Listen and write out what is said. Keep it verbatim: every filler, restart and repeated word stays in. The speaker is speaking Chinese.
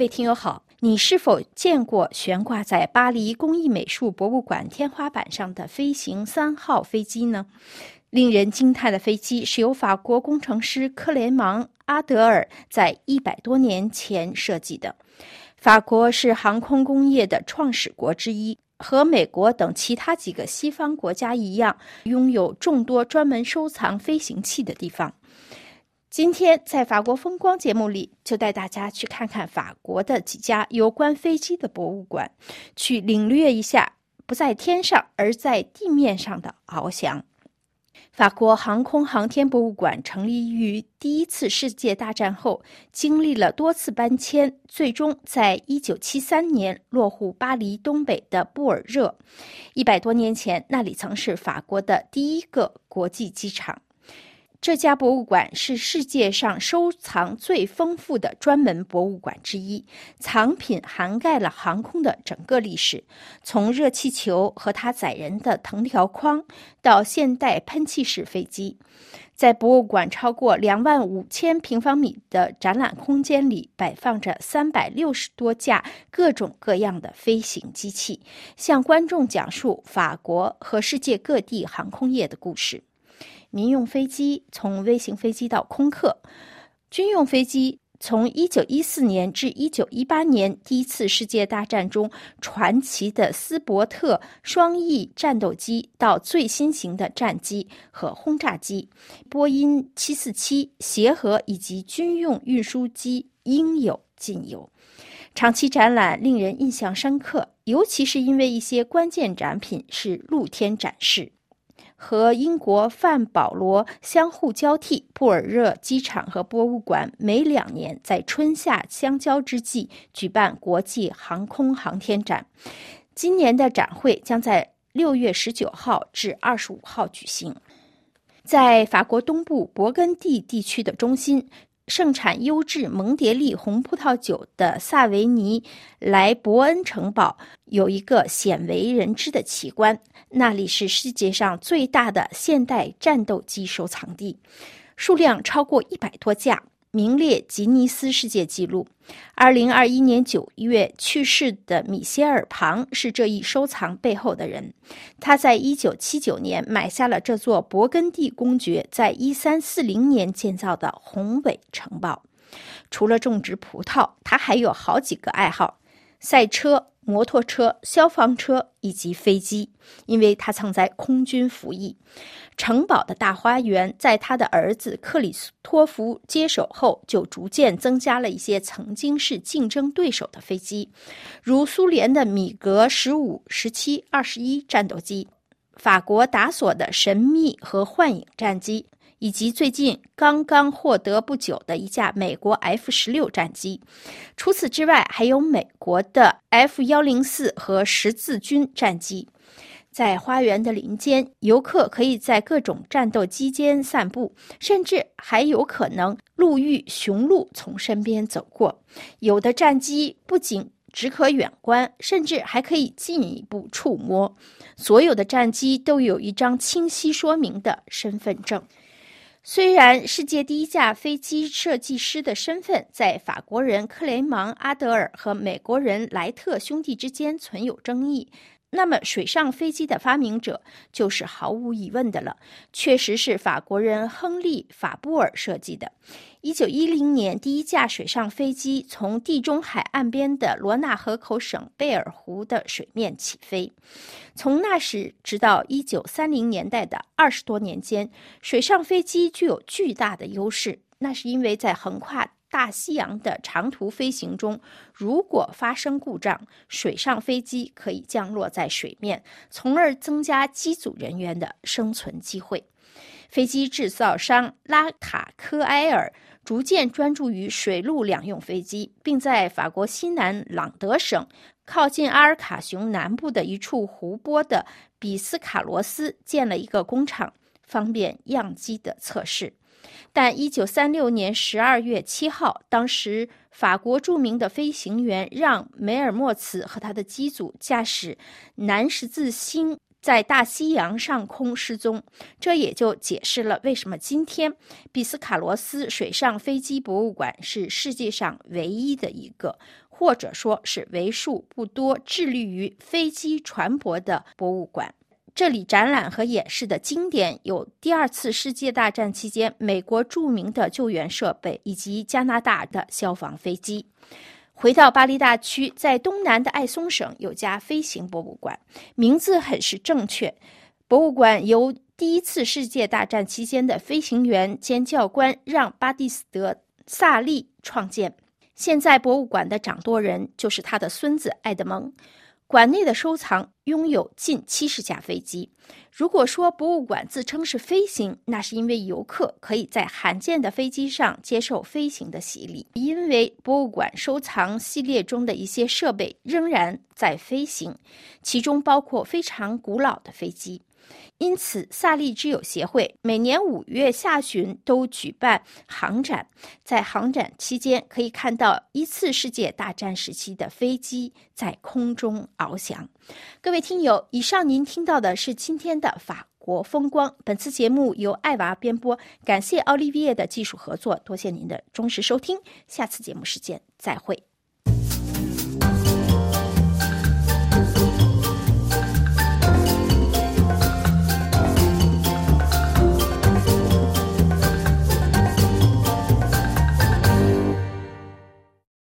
位听友好，你是否见过悬挂在巴黎工艺美术博物馆天花板上的飞行三号飞机呢？令人惊叹的飞机是由法国工程师克雷芒·阿德尔在一百多年前设计的。法国是航空工业的创始国之一，和美国等其他几个西方国家一样，拥有众多专门收藏飞行器的地方。今天在法国风光节目里，就带大家去看看法国的几家有关飞机的博物馆，去领略一下不在天上而在地面上的翱翔。法国航空航天博物馆成立于第一次世界大战后，经历了多次搬迁，最终在一九七三年落户巴黎东北的布尔热。一百多年前，那里曾是法国的第一个国际机场。这家博物馆是世界上收藏最丰富的专门博物馆之一，藏品涵盖了航空的整个历史，从热气球和它载人的藤条框到现代喷气式飞机。在博物馆超过两万五千平方米的展览空间里，摆放着三百六十多架各种各样的飞行机器，向观众讲述法国和世界各地航空业的故事。民用飞机从微型飞机到空客，军用飞机从一九一四年至一九一八年第一次世界大战中传奇的斯伯特双翼战斗机到最新型的战机和轰炸机，波音七四七、协和以及军用运输机应有尽有。长期展览令人印象深刻，尤其是因为一些关键展品是露天展示。和英国范保罗相互交替，布尔热机场和博物馆每两年在春夏相交之际举办国际航空航天展。今年的展会将在六月十九号至二十五号举行。在法国东部勃艮第地区的中心，盛产优质蒙迭利红葡萄酒的萨维尼莱伯恩城堡有一个鲜为人知的奇观，那里是世界上最大的现代战斗机收藏地，数量超过一百多架，名列吉尼斯世界纪录。二零二一年九月去世的米歇尔·庞是这一收藏背后的人。他在一九七九年买下了这座勃艮第公爵在一三四零年建造的宏伟城堡。除了种植葡萄，他还有好几个爱好：赛车、摩托车、消防车以及飞机，因为他曾在空军服役。城堡的大花园在他的儿子克里斯托弗接手后，就逐渐增加了一些曾经是竞争对手的飞机，如苏联的米格十五、十七、二十一战斗机，法国达索的神秘和幻影战机，以及最近刚刚获得不久的一架美国 F 十六 战机。除此之外，还有美国的 F 一零四 和十字军战机。在花园的林间，游客可以在各种战斗机间散步，甚至还有可能路遇雄鹿从身边走过。有的战机不仅只可远观，甚至还可以进一步触摸。所有的战机都有一张清晰说明的身份证。虽然世界第一架飞机设计师的身份在法国人克雷芒·阿德尔和美国人莱特兄弟之间存有争议，那么水上飞机的发明者就是毫无疑问的了，确实是法国人亨利·法布尔设计的。一九一零年，第一架水上飞机从地中海岸边的罗纳河口省贝尔湖的水面起飞。从那时直到一九三零年代的二十多年间，水上飞机具有巨大的优势，那是因为在横跨大西洋的长途飞行中，如果发生故障，水上飞机可以降落在水面，从而增加机组人员的生存机会。飞机制造商拉卡科埃尔逐渐专注于水陆两用飞机，并在法国西南朗德省靠近阿尔卡雄南部的一处湖泊的比斯卡罗斯建了一个工厂，方便样机的测试。但一九三六年十二月七号，当时法国著名的飞行员让·梅尔莫茨和他的机组驾驶南十字星在大西洋上空失踪，这也就解释了为什么今天比斯卡罗斯水上飞机博物馆是世界上唯一的一个或者说是为数不多致力于飞机船舶的博物馆。这里展览和演示的经典有第二次世界大战期间美国著名的救援设备，以及加拿大的消防飞机。回到巴黎大区，在东南的艾松省有家飞行博物馆，名字很是正确。博物馆由第一次世界大战期间的飞行员兼教官让巴蒂斯德·萨利创建，现在博物馆的掌舵人就是他的孙子埃德蒙。馆内的收藏拥有近七十架飞机。如果说博物馆自称是飞行，那是因为游客可以在罕见的飞机上接受飞行的洗礼，因为博物馆收藏系列中的一些设备仍然在飞行，其中包括非常古老的飞机。因此，萨利之友协会每年五月下旬都举办航展，在航展期间可以看到一次世界大战时期的飞机在空中翱翔。各位听友，以上您听到的是今天的法国风光。本次节目由艾娃编播，感谢奥利维耶的技术合作，多谢您的忠实收听，下次节目时间再会。